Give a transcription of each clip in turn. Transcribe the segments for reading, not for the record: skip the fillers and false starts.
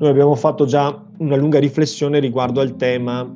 Noi abbiamo fatto già una lunga riflessione riguardo al tema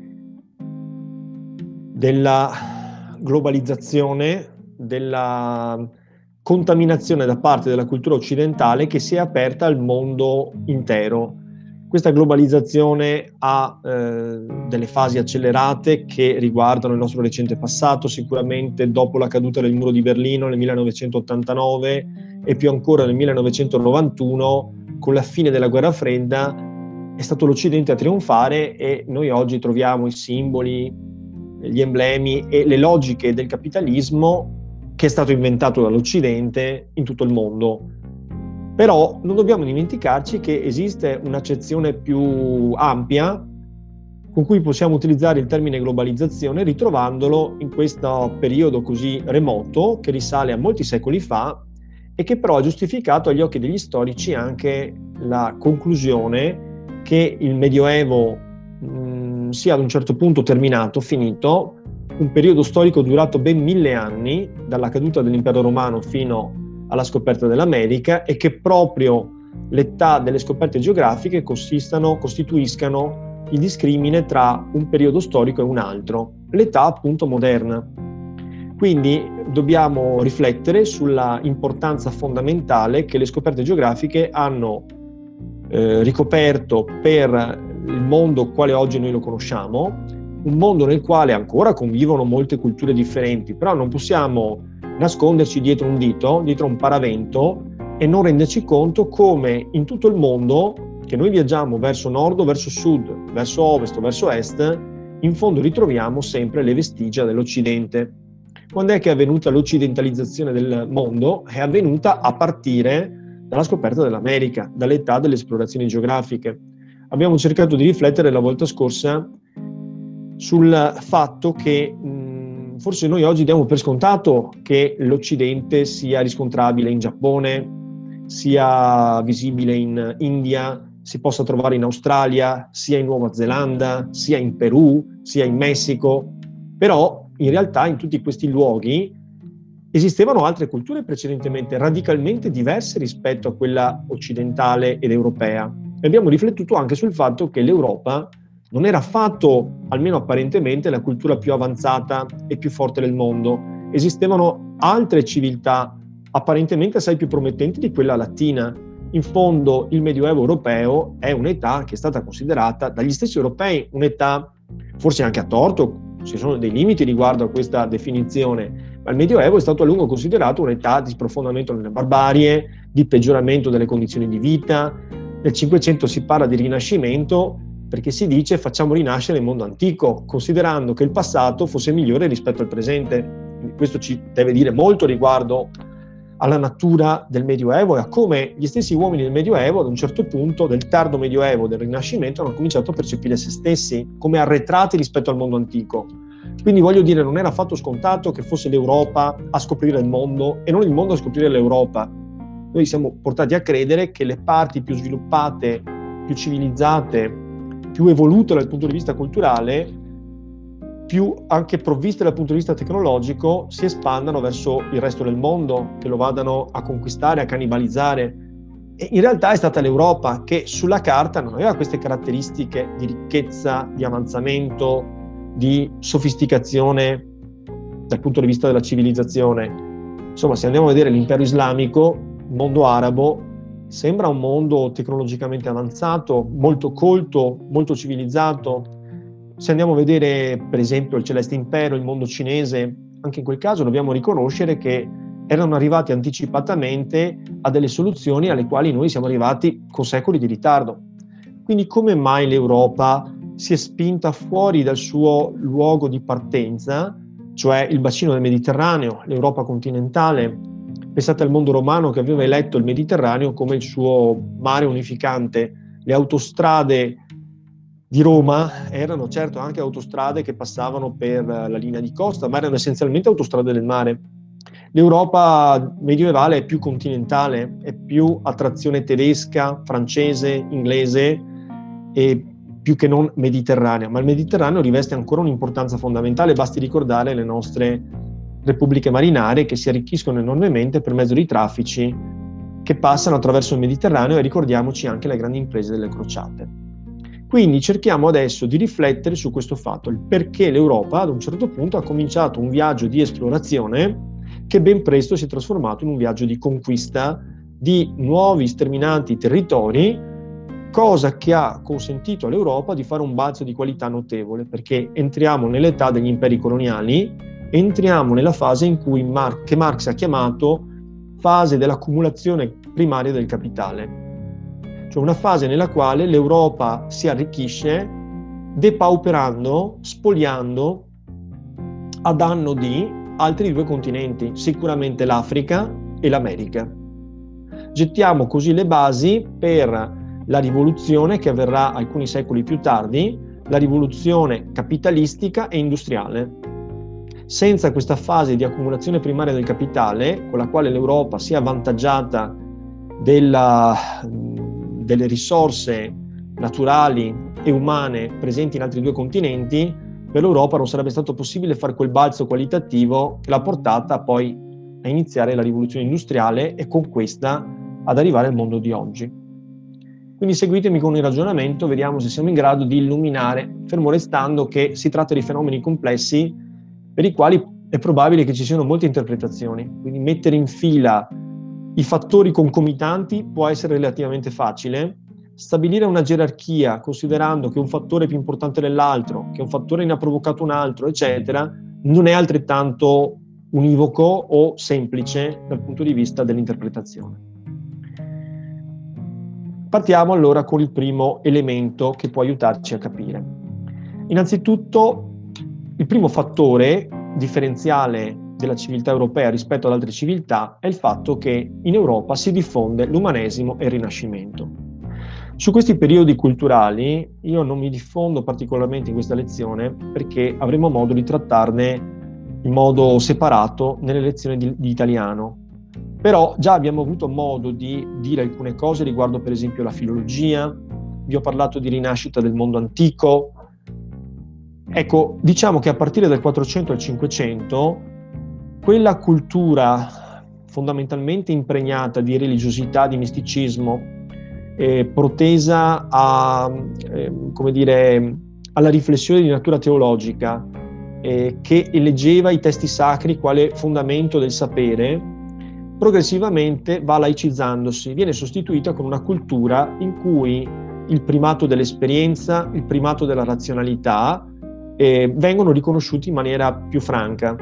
della globalizzazione, della contaminazione da parte della cultura occidentale che si è aperta al mondo intero. Questa globalizzazione ha delle fasi accelerate che riguardano il nostro recente passato, sicuramente dopo la caduta del muro di Berlino nel 1989 e più ancora nel 1991, con la fine della guerra fredda, è stato l'Occidente a trionfare e noi oggi troviamo i simboli, gli emblemi e le logiche del capitalismo che è stato inventato dall'Occidente in tutto il mondo. Però non dobbiamo dimenticarci che esiste un'accezione più ampia con cui possiamo utilizzare il termine globalizzazione ritrovandolo in questo periodo così remoto che risale a molti secoli fa e che però ha giustificato agli occhi degli storici anche la conclusione che il Medioevo sia ad un certo punto terminato, finito, un periodo storico durato ben 1000 anni, dalla caduta dell'impero romano fino alla scoperta dell'America, e che proprio l'età delle scoperte geografiche costituiscano il discrimine tra un periodo storico e un altro, l'età appunto moderna. Quindi dobbiamo riflettere sulla importanza fondamentale che le scoperte geografiche hanno ricoperto per il mondo quale oggi noi lo conosciamo, un mondo nel quale ancora convivono molte culture differenti, però non possiamo nasconderci dietro un dito, dietro un paravento e non renderci conto come in tutto il mondo, che noi viaggiamo verso nord o verso sud, verso ovest o verso est, in fondo ritroviamo sempre le vestigia dell'Occidente. Quando è che è avvenuta l'occidentalizzazione del mondo? È avvenuta a partire dalla scoperta dell'America, dall'età delle esplorazioni geografiche. Abbiamo cercato di riflettere la volta scorsa sul fatto che forse noi oggi diamo per scontato che l'Occidente sia riscontrabile in Giappone, sia visibile in India, si possa trovare in Australia, sia in Nuova Zelanda, sia in Perù, sia in Messico. Però in realtà in tutti questi luoghi esistevano altre culture precedentemente radicalmente diverse rispetto a quella occidentale ed europea. E abbiamo riflettuto anche sul fatto che l'Europa non era affatto, almeno apparentemente, la cultura più avanzata e più forte del mondo. Esistevano altre civiltà apparentemente assai più promettenti di quella latina. In fondo il Medioevo europeo è un'età che è stata considerata dagli stessi europei un'età, forse anche a torto, ci sono dei limiti riguardo a questa definizione, ma il Medioevo è stato a lungo considerato un'età di sprofondamento nelle barbarie, di peggioramento delle condizioni di vita. Nel Cinquecento si parla di Rinascimento perché si dice facciamo rinascere il mondo antico, considerando che il passato fosse migliore rispetto al presente. Quindi questo ci deve dire molto riguardo alla natura del Medioevo e a come gli stessi uomini del Medioevo, ad un certo punto del tardo Medioevo, del Rinascimento, hanno cominciato a percepire se stessi come arretrati rispetto al mondo antico. Quindi voglio dire, non era affatto scontato che fosse l'Europa a scoprire il mondo e non il mondo a scoprire l'Europa. Noi siamo portati a credere che le parti più sviluppate, più civilizzate, più evolute dal punto di vista culturale, più anche provviste dal punto di vista tecnologico, si espandano verso il resto del mondo, che lo vadano a conquistare, a cannibalizzare. E in realtà è stata l'Europa che sulla carta non aveva queste caratteristiche di ricchezza, di avanzamento, di sofisticazione dal punto di vista della civilizzazione. Insomma, se andiamo a vedere l'impero islamico, il mondo arabo, sembra un mondo tecnologicamente avanzato, molto colto, molto civilizzato. Se andiamo a vedere, per esempio, il Celeste Impero, il mondo cinese, anche in quel caso dobbiamo riconoscere che erano arrivati anticipatamente a delle soluzioni alle quali noi siamo arrivati con secoli di ritardo. Quindi come mai l'Europa si è spinta fuori dal suo luogo di partenza, cioè il bacino del Mediterraneo, l'Europa continentale? Pensate al mondo romano che aveva eletto il Mediterraneo come il suo mare unificante. Le autostrade di Roma erano certo anche autostrade che passavano per la linea di costa, ma erano essenzialmente autostrade del mare. L'Europa medievale è più continentale, è più a trazione tedesca, francese, inglese e più che non mediterranea, ma il Mediterraneo riveste ancora un'importanza fondamentale. Basti ricordare le nostre repubbliche marinarie che si arricchiscono enormemente per mezzo di traffici che passano attraverso il Mediterraneo, e ricordiamoci anche le grandi imprese delle crociate. Quindi cerchiamo adesso di riflettere su questo fatto, il perché l'Europa ad un certo punto ha cominciato un viaggio di esplorazione che ben presto si è trasformato in un viaggio di conquista di nuovi sterminanti territori, cosa che ha consentito all'Europa di fare un balzo di qualità notevole, perché entriamo nell'età degli imperi coloniali, entriamo nella fase in cui che Marx ha chiamato fase dell'accumulazione primaria del capitale, cioè una fase nella quale l'Europa si arricchisce depauperando, spoliando a danno di altri due continenti, sicuramente l'Africa e l'America. Gettiamo così le basi per la rivoluzione che avverrà alcuni secoli più tardi, la rivoluzione capitalistica e industriale. Senza questa fase di accumulazione primaria del capitale, con la quale l'Europa si è avvantaggiata delle risorse naturali e umane presenti in altri due continenti, per l'Europa non sarebbe stato possibile fare quel balzo qualitativo che l'ha portata poi a iniziare la rivoluzione industriale e con questa ad arrivare al mondo di oggi. Quindi seguitemi con il ragionamento, vediamo se siamo in grado di illuminare, fermo restando che si tratta di fenomeni complessi per i quali è probabile che ci siano molte interpretazioni. Quindi mettere in fila i fattori concomitanti può essere relativamente facile. Stabilire una gerarchia considerando che un fattore è più importante dell'altro, che un fattore ne ha provocato un altro, eccetera, non è altrettanto univoco o semplice dal punto di vista dell'interpretazione. Partiamo allora con il primo elemento che può aiutarci a capire. Innanzitutto, il primo fattore differenziale della civiltà europea rispetto ad altre civiltà è il fatto che in Europa si diffonde l'umanesimo e il Rinascimento. Su questi periodi culturali io non mi diffondo particolarmente in questa lezione perché avremo modo di trattarne in modo separato nelle lezioni di italiano. Però già abbiamo avuto modo di dire alcune cose riguardo per esempio la filologia, vi ho parlato di rinascita del mondo antico. Ecco, diciamo che a partire dal 400 al 500 quella cultura fondamentalmente impregnata di religiosità, di misticismo, protesa come dire, alla riflessione di natura teologica, che eleggeva i testi sacri quale fondamento del sapere, progressivamente va laicizzandosi, viene sostituita con una cultura in cui il primato dell'esperienza, il primato della razionalità vengono riconosciuti in maniera più franca.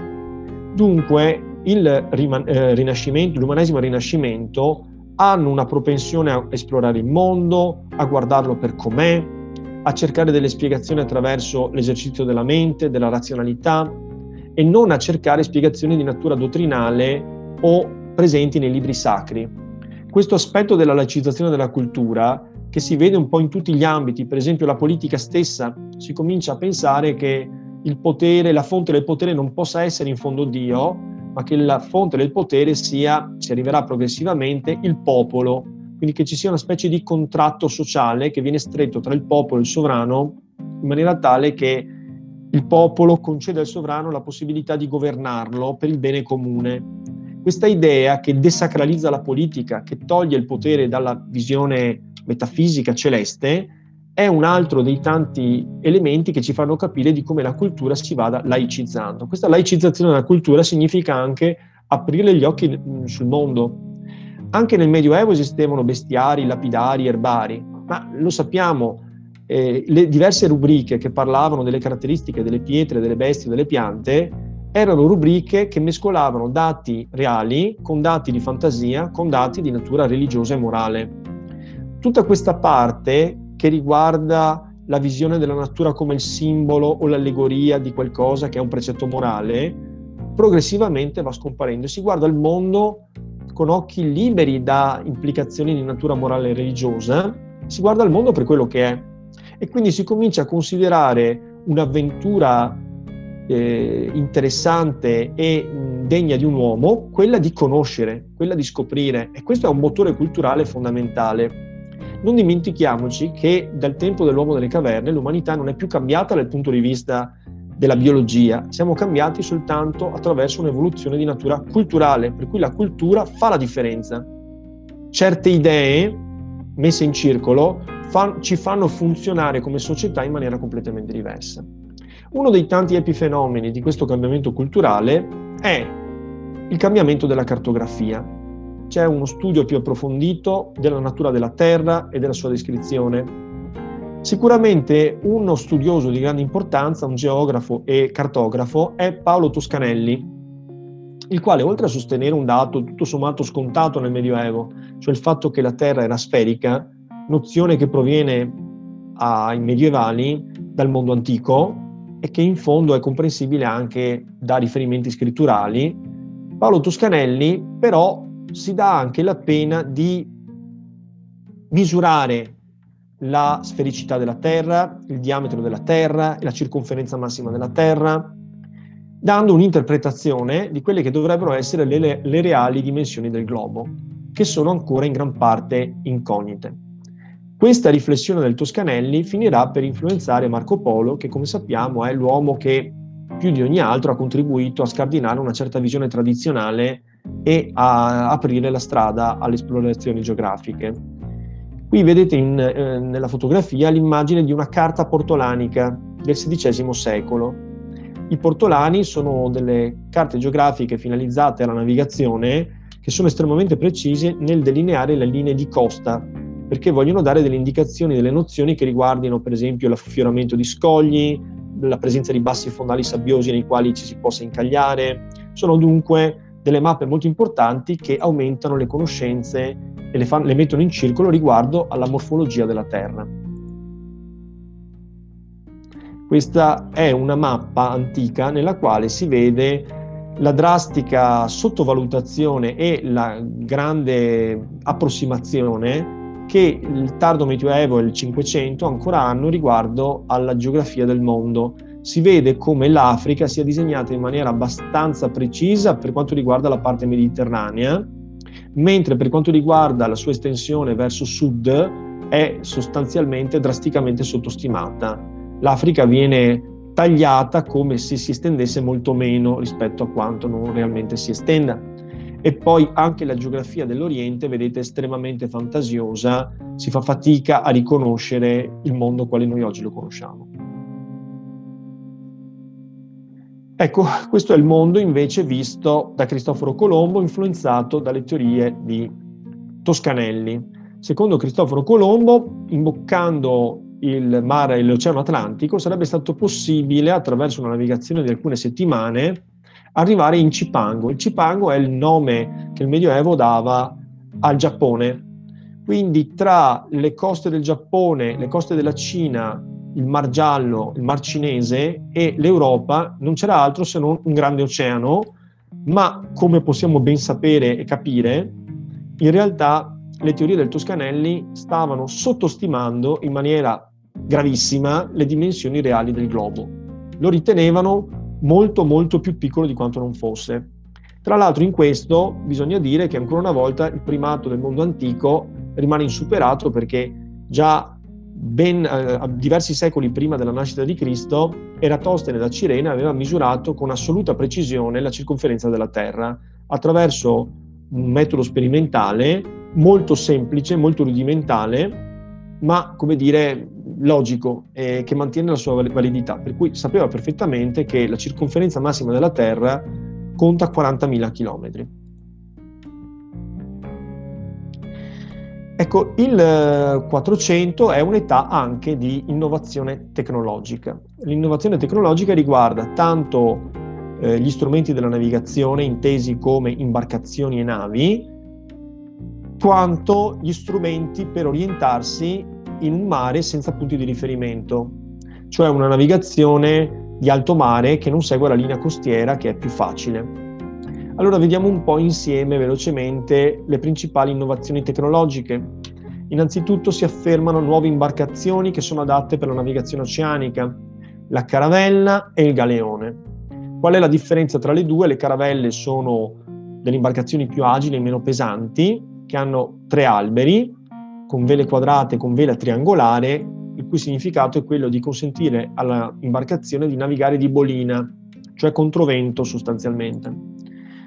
Dunque il Rinascimento, l'umanesimo e il Rinascimento hanno una propensione a esplorare il mondo, a guardarlo per com'è, a cercare delle spiegazioni attraverso l'esercizio della mente, della razionalità, e non a cercare spiegazioni di natura dottrinale o presenti nei libri sacri. Questo aspetto della laicizzazione della cultura, che si vede un po' in tutti gli ambiti, per esempio la politica stessa, si comincia a pensare che il potere, la fonte del potere non possa essere in fondo Dio, ma che la fonte del potere sia, si arriverà progressivamente, il popolo, quindi che ci sia una specie di contratto sociale che viene stretto tra il popolo e il sovrano, in maniera tale che il popolo concede al sovrano la possibilità di governarlo per il bene comune. Questa idea che desacralizza la politica, che toglie il potere dalla visione metafisica celeste, è un altro dei tanti elementi che ci fanno capire di come la cultura si vada laicizzando. Questa laicizzazione della cultura significa anche aprire gli occhi sul mondo. Anche nel Medioevo esistevano bestiari, lapidari, erbari, ma lo sappiamo, le diverse rubriche che parlavano delle caratteristiche delle pietre, delle bestie, delle piante, erano rubriche che mescolavano dati reali con dati di fantasia, con dati di natura religiosa e morale. Tutta questa parte che riguarda la visione della natura come il simbolo o l'allegoria di qualcosa che è un precetto morale, progressivamente va scomparendo e si guarda il mondo con occhi liberi da implicazioni di natura morale e religiosa, si guarda il mondo per quello che è e quindi si comincia a considerare un'avventura interessante e degna di un uomo, quella di conoscere, quella di scoprire, e questo è un motore culturale fondamentale. Non dimentichiamoci che dal tempo dell'uomo delle caverne l'umanità non è più cambiata dal punto di vista della biologia, siamo cambiati soltanto attraverso un'evoluzione di natura culturale, per cui la cultura fa la differenza. certe idee messe in circolo ci fanno funzionare come società in maniera completamente diversa. Uno dei tanti epifenomeni di questo cambiamento culturale è il cambiamento della cartografia. C'è uno studio più approfondito della natura della Terra e della sua descrizione. Sicuramente uno studioso di grande importanza, un geografo e cartografo, è Paolo Toscanelli, il quale, oltre a sostenere un dato tutto sommato scontato nel Medioevo, cioè il fatto che la Terra era sferica, nozione che proviene ai medievali dal mondo antico e che in fondo è comprensibile anche da riferimenti scritturali, Paolo Toscanelli però si dà anche la pena di misurare la sfericità della Terra, il diametro della Terra e la circonferenza massima della Terra, dando un'interpretazione di quelle che dovrebbero essere le reali dimensioni del globo, che sono ancora in gran parte incognite. Questa riflessione del Toscanelli finirà per influenzare Marco Polo, che come sappiamo è l'uomo che più di ogni altro ha contribuito a scardinare una certa visione tradizionale e a aprire la strada alle esplorazioni geografiche. Qui vedete nella fotografia l'immagine di una carta portolanica del XVI secolo. I portolani sono delle carte geografiche finalizzate alla navigazione che sono estremamente precise nel delineare le linee di costa, perché vogliono dare delle indicazioni, delle nozioni che riguardino per esempio l'affioramento di scogli, la presenza di bassi fondali sabbiosi nei quali ci si possa incagliare. Sono dunque delle mappe molto importanti che aumentano le conoscenze e le mettono in circolo riguardo alla morfologia della Terra. Questa è una mappa antica nella quale si vede la drastica sottovalutazione e la grande approssimazione che il tardo Medioevo e il Cinquecento ancora hanno riguardo alla geografia del mondo. Si vede come l'Africa sia disegnata in maniera abbastanza precisa per quanto riguarda la parte mediterranea, mentre per quanto riguarda la sua estensione verso sud è sostanzialmente drasticamente sottostimata. L'Africa viene tagliata come se si estendesse molto meno rispetto a quanto non realmente si estenda. E poi anche la geografia dell'Oriente, vedete, è estremamente fantasiosa, si fa fatica a riconoscere il mondo quale noi oggi lo conosciamo. Ecco, questo è il mondo invece visto da Cristoforo Colombo, influenzato dalle teorie di Toscanelli. Secondo Cristoforo Colombo, imboccando il mare e l'Oceano Atlantico, sarebbe stato possibile, attraverso una navigazione di alcune settimane, arrivare in Cipango. Il Cipango è il nome che il Medioevo dava al Giappone. Quindi tra le coste del Giappone, le coste della Cina, il Mar Giallo, il Mar Cinese e l'Europa non c'era altro se non un grande oceano, ma come possiamo ben sapere e capire, in realtà le teorie del Toscanelli stavano sottostimando in maniera gravissima le dimensioni reali del globo. Lo ritenevano molto molto più piccolo di quanto non fosse. Tra l'altro in questo bisogna dire che ancora una volta il primato del mondo antico rimane insuperato, perché già diversi secoli prima della nascita di Cristo Eratostene da Cirene aveva misurato con assoluta precisione la circonferenza della Terra attraverso un metodo sperimentale molto semplice, molto rudimentale, ma come dire logico, che mantiene la sua validità, per cui sapeva perfettamente che la circonferenza massima della Terra conta 40.000 chilometri. Ecco, il 400 è un'età anche di innovazione tecnologica. L'innovazione tecnologica riguarda tanto gli strumenti della navigazione, intesi come imbarcazioni e navi, quanto gli strumenti per orientarsi in un mare senza punti di riferimento, cioè una navigazione di alto mare che non segue la linea costiera, che è più facile. Allora vediamo un po' insieme velocemente le principali innovazioni tecnologiche. Innanzitutto si affermano nuove imbarcazioni che sono adatte per la navigazione oceanica, la caravella e il galeone. Qual è la differenza tra le due? Le caravelle sono delle imbarcazioni più agili e meno pesanti, che hanno 3 alberi, con vele quadrate, con vela triangolare, il cui significato è quello di consentire all'imbarcazione di navigare di bolina, cioè controvento sostanzialmente.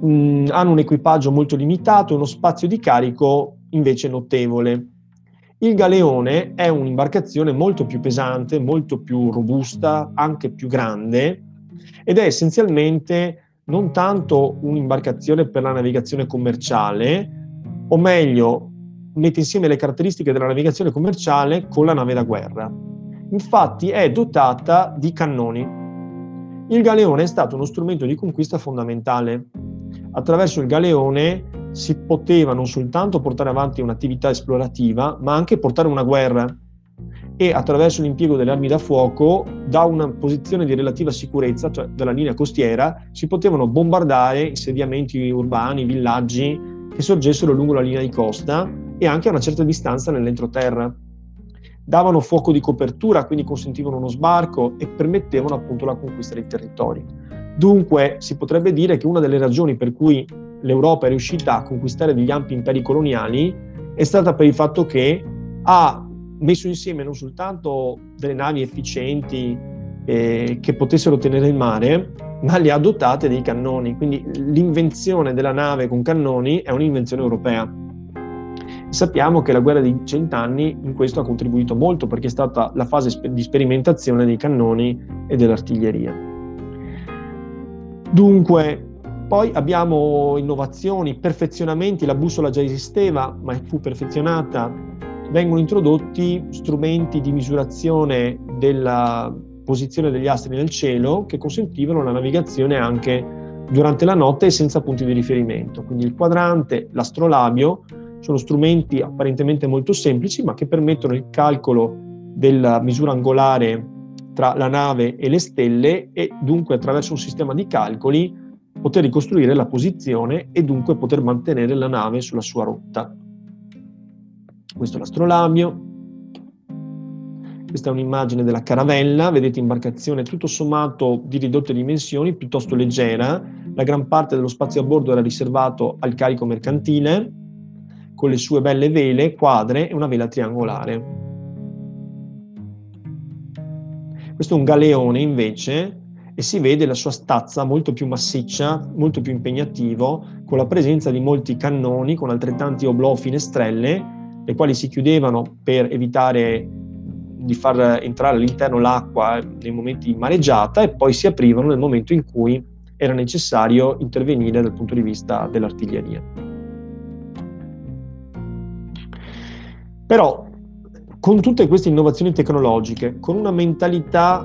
hanno un equipaggio molto limitato e uno spazio di carico invece notevole. Il galeone è un'imbarcazione molto più pesante, molto più robusta, anche più grande, ed è essenzialmente non tanto un'imbarcazione per la navigazione commerciale, o meglio, mette insieme le caratteristiche della navigazione commerciale con la nave da guerra. Infatti è dotata di cannoni. Il galeone è stato uno strumento di conquista fondamentale. Attraverso il galeone si poteva non soltanto portare avanti un'attività esplorativa, ma anche portare una guerra, e attraverso l'impiego delle armi da fuoco, da una posizione di relativa sicurezza, cioè dalla linea costiera, si potevano bombardare insediamenti urbani, villaggi che sorgessero lungo la linea di costa e anche a una certa distanza nell'entroterra. Davano fuoco di copertura, quindi consentivano uno sbarco e permettevano appunto la conquista dei territori. Dunque si potrebbe dire che una delle ragioni per cui l'Europa è riuscita a conquistare degli ampi imperi coloniali è stata per il fatto che ha messo insieme non soltanto delle navi efficienti che potessero tenere il mare, ma le ha dotate dei cannoni. Quindi l'invenzione della nave con cannoni è un'invenzione europea. Sappiamo che la guerra dei 100 anni in questo ha contribuito molto, perché è stata la fase di sperimentazione dei cannoni e dell'artiglieria. Dunque, poi abbiamo innovazioni, perfezionamenti, la bussola già esisteva, ma fu perfezionata. Vengono introdotti strumenti di misurazione della posizione degli astri nel cielo che consentivano la navigazione anche durante la notte e senza punti di riferimento. Quindi il quadrante, l'astrolabio sono strumenti apparentemente molto semplici, ma che permettono il calcolo della misura angolare tra la nave e le stelle e dunque attraverso un sistema di calcoli poter ricostruire la posizione e dunque poter mantenere la nave sulla sua rotta. Questo è l'astrolabio. Questa è un'immagine della caravella, vedete imbarcazione tutto sommato di ridotte dimensioni, piuttosto leggera. La gran parte dello spazio a bordo era riservato al carico mercantile, con le sue belle vele quadre e una vela triangolare. Questo è un galeone invece e si vede la sua stazza molto più massiccia, molto più impegnativo, con la presenza di molti cannoni con altrettanti oblò finestrelle, le quali si chiudevano per evitare di far entrare all'interno l'acqua nei momenti di mareggiata e poi si aprivano nel momento in cui era necessario intervenire dal punto di vista dell'artiglieria. Però, con tutte queste innovazioni tecnologiche, con una mentalità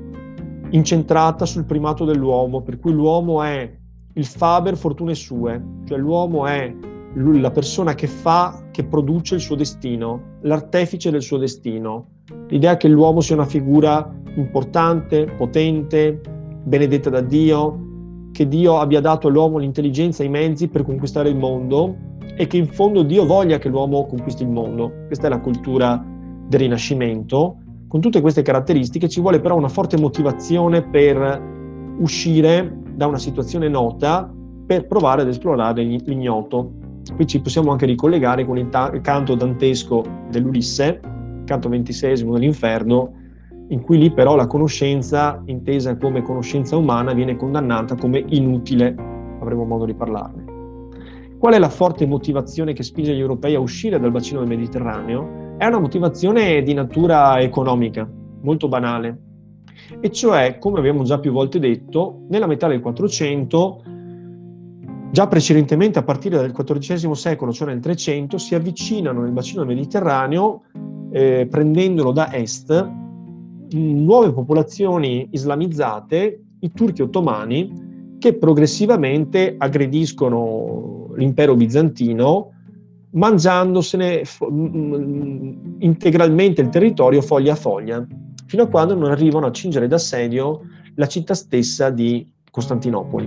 incentrata sul primato dell'uomo, per cui l'uomo è il faber fortune sue, cioè l'uomo è la persona che fa, che produce il suo destino, l'artefice del suo destino, l'idea che l'uomo sia una figura importante, potente, benedetta da Dio, che Dio abbia dato all'uomo l'intelligenza e i mezzi per conquistare il mondo e che in fondo Dio voglia che l'uomo conquisti il mondo. Questa è la cultura del Rinascimento. Con tutte queste caratteristiche ci vuole però una forte motivazione per uscire da una situazione nota per provare ad esplorare l'ignoto. Qui ci possiamo anche ricollegare con il canto dantesco dell'Ulisse, canto 26 dell'Inferno, in cui lì però la conoscenza, intesa come conoscenza umana, viene condannata come inutile. Avremo modo di parlarne. Qual è la forte motivazione che spinge gli europei a uscire dal bacino del Mediterraneo? È una motivazione di natura economica, molto banale. E cioè, come abbiamo già più volte detto, nella metà del 400, già precedentemente a partire dal XIV secolo, cioè nel 300, si avvicinano nel bacino del Mediterraneo, prendendolo da est, nuove popolazioni islamizzate, i turchi ottomani, che progressivamente aggrediscono l'impero bizantino, mangiandosene integralmente il territorio foglia a foglia, fino a quando non arrivano a cingere d'assedio la città stessa di Costantinopoli.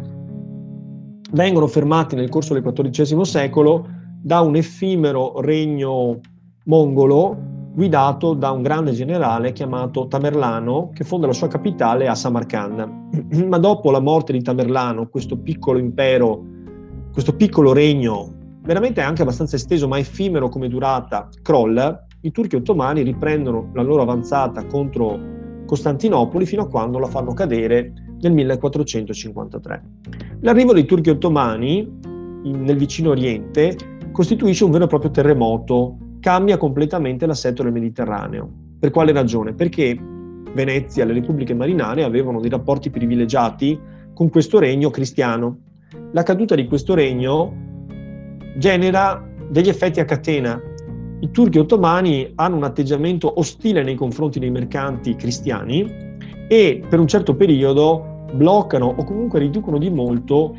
Vengono fermati nel corso del XIV secolo da un effimero regno mongolo guidato da un grande generale chiamato Tamerlano, che fonda la sua capitale a Samarcanda. Ma dopo la morte di Tamerlano, questo piccolo impero, questo piccolo regno, veramente anche abbastanza esteso ma effimero come durata, crolla. I turchi ottomani riprendono la loro avanzata contro Costantinopoli fino a quando la fanno cadere nel 1453. L'arrivo dei turchi ottomani nel vicino Oriente costituisce un vero e proprio terremoto, cambia completamente l'assetto del Mediterraneo. Per quale ragione? Perché Venezia e le repubbliche marinare avevano dei rapporti privilegiati con questo regno cristiano. La caduta di questo regno genera degli effetti a catena. I turchi ottomani hanno un atteggiamento ostile nei confronti dei mercanti cristiani e per un certo periodo bloccano o comunque riducono di molto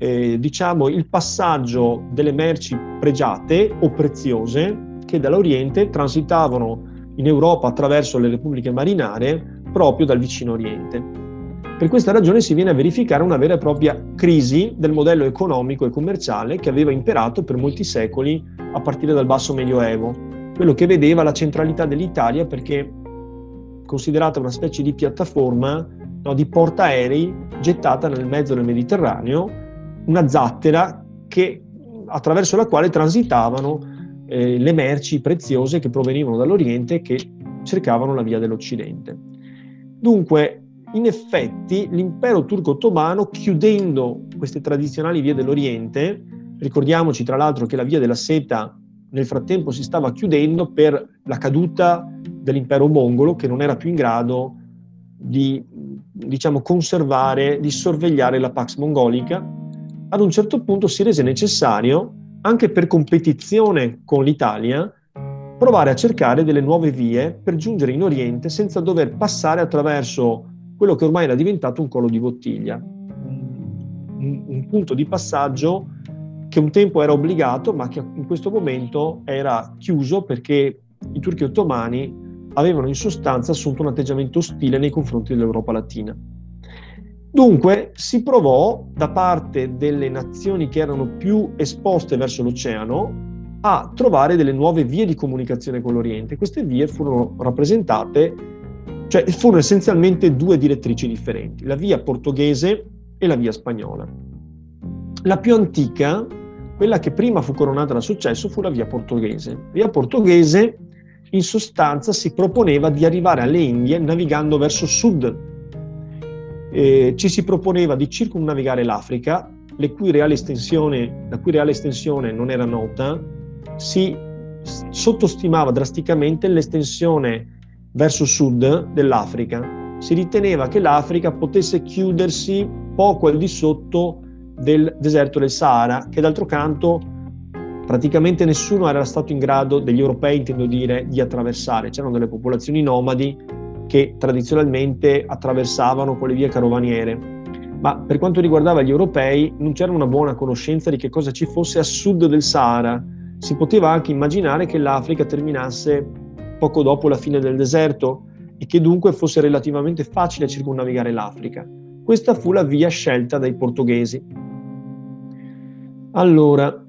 il passaggio delle merci pregiate o preziose che dall'Oriente transitavano in Europa attraverso le repubbliche marinare proprio dal vicino Oriente. Per questa ragione si viene a verificare una vera e propria crisi del modello economico e commerciale che aveva imperato per molti secoli a partire dal basso Medioevo, quello che vedeva la centralità dell'Italia perché considerata una specie di piattaforma, no, di portaerei gettata nel mezzo del Mediterraneo, una zattera attraverso la quale transitavano le merci preziose che provenivano dall'Oriente e che cercavano la via dell'Occidente. Dunque, in effetti, l'impero turco ottomano, chiudendo queste tradizionali vie dell'Oriente, ricordiamoci tra l'altro che la via della seta nel frattempo si stava chiudendo per la caduta dell'impero mongolo, che non era più in grado di conservare, di sorvegliare la Pax Mongolica, ad un certo punto si rese necessario, anche per competizione con l'Italia, provare a cercare delle nuove vie per giungere in Oriente senza dover passare attraverso quello che ormai era diventato un collo di bottiglia, un punto di passaggio che un tempo era obbligato ma che in questo momento era chiuso perché i turchi ottomani avevano in sostanza assunto un atteggiamento ostile nei confronti dell'Europa latina. Dunque si provò da parte delle nazioni che erano più esposte verso l'oceano a trovare delle nuove vie di comunicazione con l'Oriente. Queste vie furono rappresentate, furono essenzialmente due direttrici differenti, la via portoghese e la via spagnola. La più antica, quella che prima fu coronata da successo, fu la via portoghese. La via portoghese in sostanza si proponeva di arrivare alle Indie navigando verso sud. Ci si proponeva di circumnavigare l'Africa, la cui reale estensione non era nota. Si sottostimava drasticamente l'estensione verso sud dell'Africa. Si riteneva che l'Africa potesse chiudersi poco al di sotto del deserto del Sahara, che d'altro canto praticamente nessuno era stato in grado, degli europei intendo dire, di attraversare. C'erano delle popolazioni nomadi che tradizionalmente attraversavano con le vie carovaniere, ma per quanto riguardava gli europei non c'era una buona conoscenza di che cosa ci fosse a sud del Sahara. Si poteva anche immaginare che l'Africa terminasse poco dopo la fine del deserto e che dunque fosse relativamente facile circumnavigare l'Africa. Questa fu la via scelta dai portoghesi. Allora,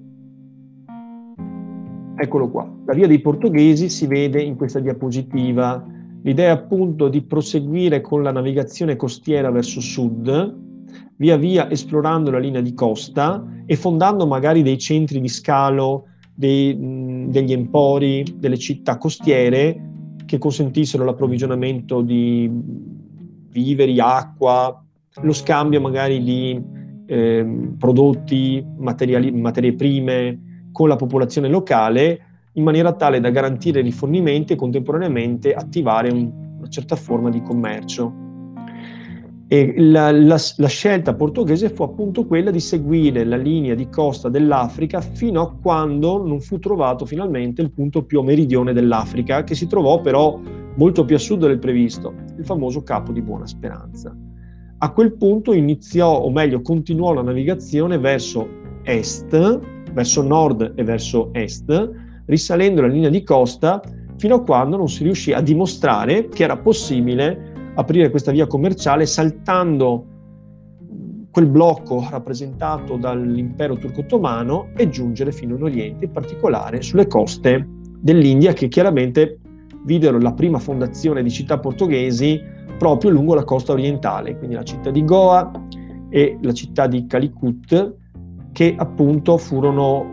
eccolo qua. La via dei portoghesi si vede in questa diapositiva. L'idea è appunto di proseguire con la navigazione costiera verso sud, via via esplorando la linea di costa e fondando magari dei centri di scalo, degli empori, delle città costiere che consentissero l'approvvigionamento di viveri, acqua, lo scambio magari di prodotti, materie prime con la popolazione locale, in maniera tale da garantire rifornimenti e contemporaneamente attivare una certa forma di commercio. E la scelta portoghese fu appunto quella di seguire la linea di costa dell'Africa fino a quando non fu trovato finalmente il punto più a meridione dell'Africa, che si trovò però molto più a sud del previsto, il famoso Capo di Buona Speranza. A quel punto continuò la navigazione verso est, verso nord e verso est, risalendo la linea di costa fino a quando non si riuscì a dimostrare che era possibile aprire questa via commerciale saltando quel blocco rappresentato dall'impero turco ottomano e giungere fino in Oriente, in particolare sulle coste dell'India, che chiaramente videro la prima fondazione di città portoghesi proprio lungo la costa orientale, quindi la città di Goa e la città di Calicut, che appunto furono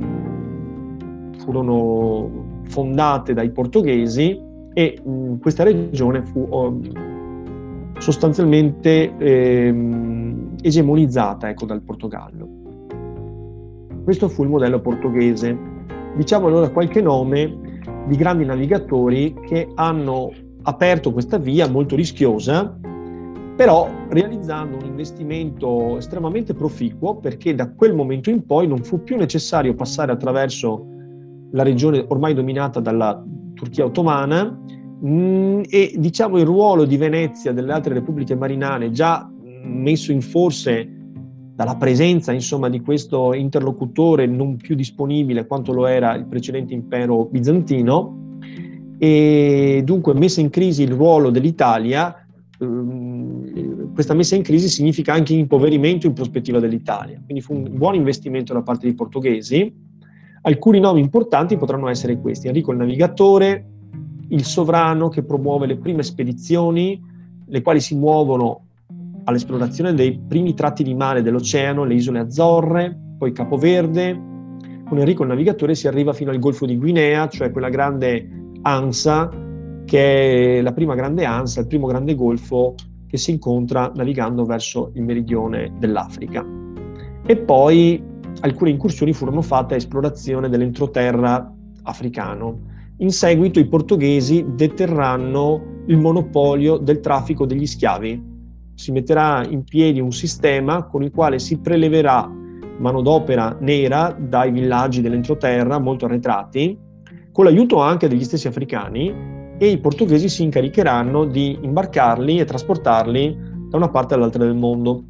fondate dai portoghesi, e questa regione fu sostanzialmente egemonizzata, ecco, dal Portogallo. Questo fu il modello portoghese. Diciamo allora qualche nome di grandi navigatori che hanno aperto questa via molto rischiosa, però realizzando un investimento estremamente proficuo, perché da quel momento in poi non fu più necessario passare attraverso la regione ormai dominata dalla Turchia ottomana, e diciamo il ruolo di Venezia e delle altre repubbliche marinane, già messo in forse dalla presenza, insomma, di questo interlocutore non più disponibile quanto lo era il precedente impero bizantino, e dunque messa in crisi il ruolo dell'Italia. Questa messa in crisi significa anche impoverimento in prospettiva dell'Italia, quindi fu un buon investimento da parte dei portoghesi. Alcuni nomi importanti potranno essere questi: Enrico il Navigatore, il sovrano che promuove le prime spedizioni, le quali si muovono all'esplorazione dei primi tratti di mare dell'oceano, le isole Azzorre, poi Capo Verde. Con Enrico il Navigatore si arriva fino al Golfo di Guinea, cioè quella grande ansa, che è la prima grande ansa, il primo grande golfo che si incontra navigando verso il meridione dell'Africa. E poi alcune incursioni furono fatte a esplorazione dell'entroterra africano. In seguito i portoghesi deterranno il monopolio del traffico degli schiavi. Si metterà in piedi un sistema con il quale si preleverà manodopera nera dai villaggi dell'entroterra molto arretrati, con l'aiuto anche degli stessi africani, e i portoghesi si incaricheranno di imbarcarli e trasportarli da una parte all'altra del mondo.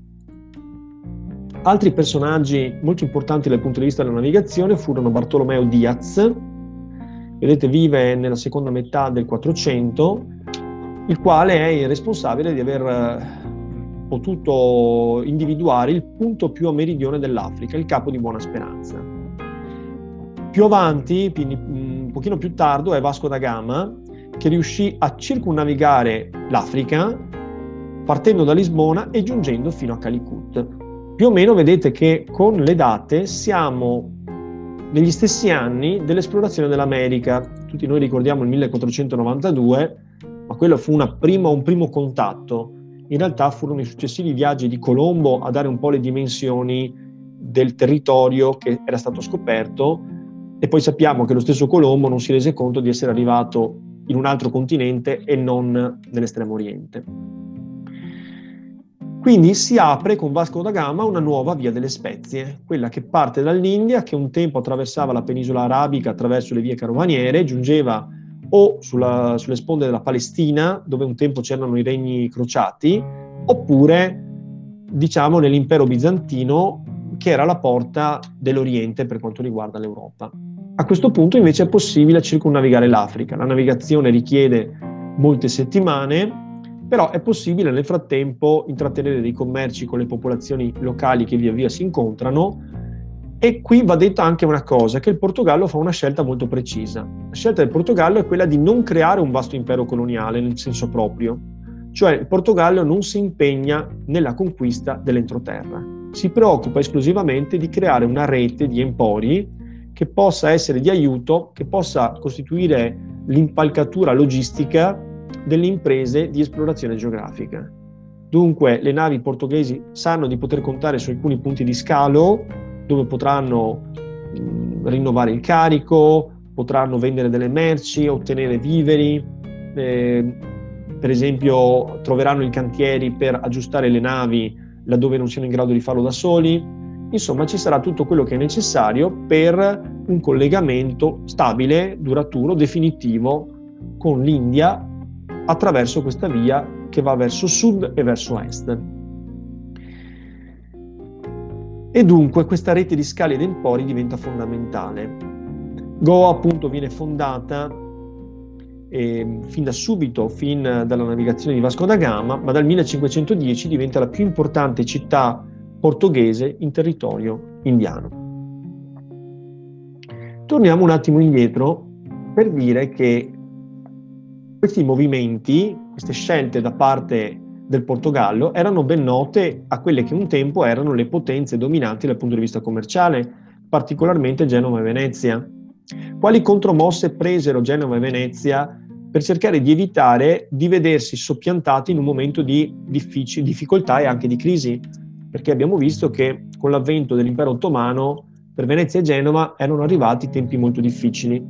Altri personaggi molto importanti dal punto di vista della navigazione furono Bartolomeo Diaz, vedete vive nella seconda metà del 400, il quale è il responsabile di aver potuto individuare il punto più a meridione dell'Africa, il Capo di Buona Speranza. Più avanti, quindi un pochino più tardo, è Vasco da Gama, che riuscì a circumnavigare l'Africa partendo da Lisbona e giungendo fino a Calicut. Più o meno vedete che con le date siamo negli stessi anni dell'esplorazione dell'America. Tutti noi ricordiamo il 1492, ma quello fu un primo contatto. In realtà furono i successivi viaggi di Colombo a dare un po' le dimensioni del territorio che era stato scoperto, e poi sappiamo che lo stesso Colombo non si rese conto di essere arrivato in un altro continente e non nell'estremo oriente. Quindi si apre con Vasco da Gama una nuova via delle spezie, quella che parte dall'India, che un tempo attraversava la penisola arabica attraverso le vie carovaniere, giungeva o sulle sponde della Palestina, dove un tempo c'erano i regni crociati, oppure diciamo nell'impero bizantino, che era la porta dell'Oriente per quanto riguarda l'Europa. A questo punto invece è possibile circumnavigare l'Africa. La navigazione richiede molte settimane, però è possibile nel frattempo intrattenere dei commerci con le popolazioni locali che via via si incontrano. E qui va detta anche una cosa, che il Portogallo fa una scelta molto precisa. La scelta del Portogallo è quella di non creare un vasto impero coloniale nel senso proprio, cioè il Portogallo non si impegna nella conquista dell'entroterra, si preoccupa esclusivamente di creare una rete di empori che possa essere di aiuto, che possa costituire l'impalcatura logistica delle imprese di esplorazione geografica. Dunque le navi portoghesi sanno di poter contare su alcuni punti di scalo dove potranno rinnovare il carico, potranno vendere delle merci, ottenere viveri, per esempio troveranno i cantieri per aggiustare le navi laddove non siano in grado di farlo da soli. Insomma, ci sarà tutto quello che è necessario per un collegamento stabile, duraturo, definitivo con l'India attraverso questa via che va verso sud e verso est. E dunque questa rete di scali ed empori diventa fondamentale. Goa appunto viene fondata fin da subito, fin dalla navigazione di Vasco da Gama, ma dal 1510 diventa la più importante città portoghese in territorio indiano. Torniamo un attimo indietro per dire che questi movimenti, queste scelte da parte del Portogallo erano ben note a quelle che un tempo erano le potenze dominanti dal punto di vista commerciale, particolarmente Genova e Venezia. Quali contromosse presero Genova e Venezia per cercare di evitare di vedersi soppiantati in un momento di difficoltà e anche di crisi? perché abbiamo visto che con l'avvento dell'impero ottomano per Venezia e Genova erano arrivati tempi molto difficili.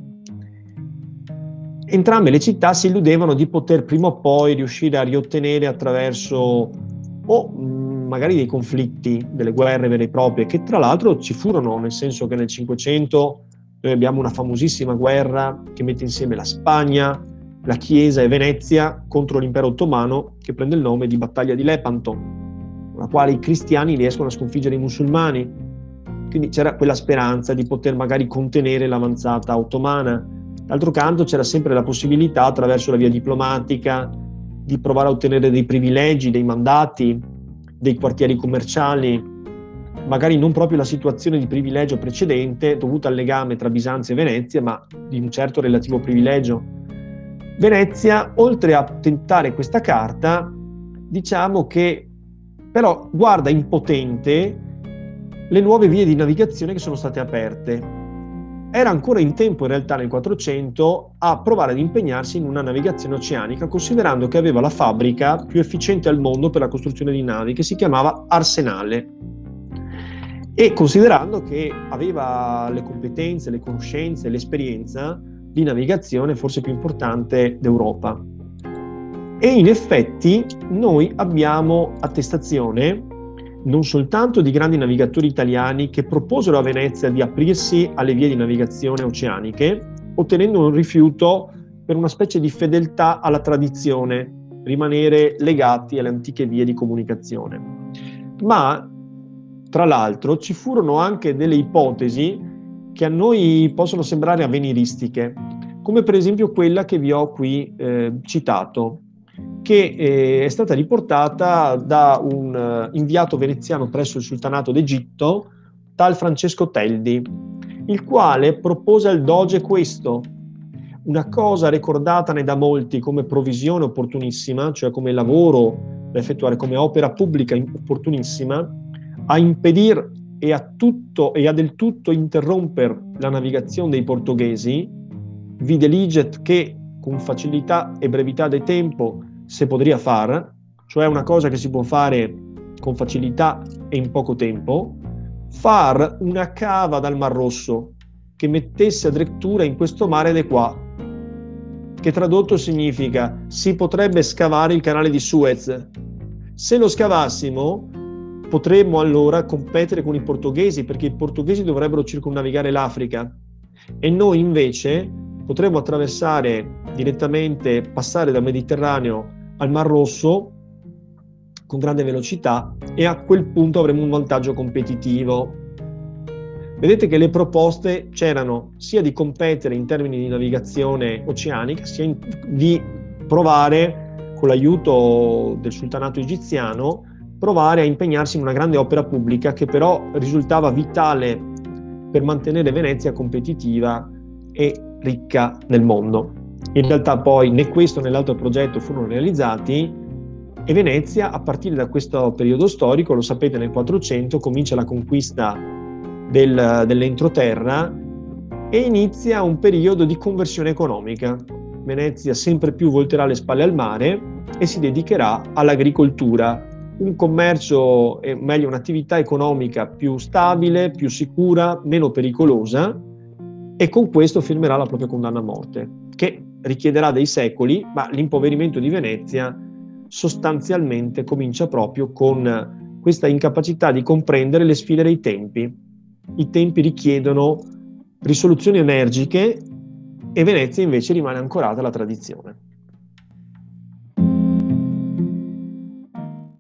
Entrambe le città si illudevano di poter prima o poi riuscire a riottenere attraverso magari dei conflitti, delle guerre vere e proprie, che tra l'altro ci furono, nel senso che nel Cinquecento noi abbiamo una famosissima guerra che mette insieme la Spagna, la Chiesa e Venezia contro l'impero ottomano, che prende il nome di Battaglia di Lepanto, con la quale i cristiani riescono a sconfiggere i musulmani. Quindi c'era quella speranza di poter magari contenere l'avanzata ottomana. D'altro canto c'era sempre la possibilità, attraverso la via diplomatica, di provare a ottenere dei privilegi, dei mandati, dei quartieri commerciali, magari non proprio la situazione di privilegio precedente dovuta al legame tra Bisanzio e Venezia, ma di un certo relativo privilegio. Venezia, oltre a tentare questa carta, diciamo che però guarda impotente le nuove vie di navigazione che sono state aperte. Era ancora in tempo, in realtà, nel 400, a provare ad impegnarsi in una navigazione oceanica, considerando che aveva la fabbrica più efficiente al mondo per la costruzione di navi, che si chiamava Arsenale, e considerando che aveva le competenze, le conoscenze, l'esperienza di navigazione forse più importante d'Europa. E in effetti noi abbiamo attestazione non soltanto di grandi navigatori italiani che proposero a Venezia di aprirsi alle vie di navigazione oceaniche, ottenendo un rifiuto per una specie di fedeltà alla tradizione, rimanere legati alle antiche vie di comunicazione. Ma, tra l'altro, ci furono anche delle ipotesi che a noi possono sembrare avveniristiche, come per esempio quella che vi ho qui citato, che è stata riportata da un inviato veneziano presso il Sultanato d'Egitto, tal Francesco Teldi, il quale propose al doge questo: una cosa ricordatane da molti come provvisione opportunissima, cioè come lavoro da effettuare, come opera pubblica opportunissima, a impedir e a del tutto interromper la navigazione dei portoghesi, vide liget che con facilità e brevità di tempo se podria far, cioè una cosa che si può fare con facilità e in poco tempo, far una cava dal Mar Rosso che mettesse addirittura in questo mare de qua, che tradotto significa si potrebbe scavare il canale di Suez. Se lo scavassimo potremmo allora competere con i portoghesi, perché i portoghesi dovrebbero circumnavigare l'Africa e noi invece potremmo attraversare direttamente, passare dal Mediterraneo al Mar Rosso con grande velocità e a quel punto avremo un vantaggio competitivo. Vedete che le proposte c'erano sia di competere in termini di navigazione oceanica, sia di provare, con l'aiuto del sultanato egiziano, provare a impegnarsi in una grande opera pubblica che però risultava vitale per mantenere Venezia competitiva e ricca nel mondo. In realtà poi né questo né l'altro progetto furono realizzati e Venezia, a partire da questo periodo storico, lo sapete, nel 400 comincia la conquista dell'entroterra e inizia un periodo di conversione economica. Venezia sempre più volterà le spalle al mare e si dedicherà all'agricoltura, un commercio, meglio un'attività economica più stabile, più sicura, meno pericolosa, e con questo firmerà la propria condanna a morte, che richiederà dei secoli, ma l'impoverimento di Venezia sostanzialmente comincia proprio con questa incapacità di comprendere le sfide dei tempi. I tempi richiedono risoluzioni energiche e Venezia invece rimane ancorata alla tradizione.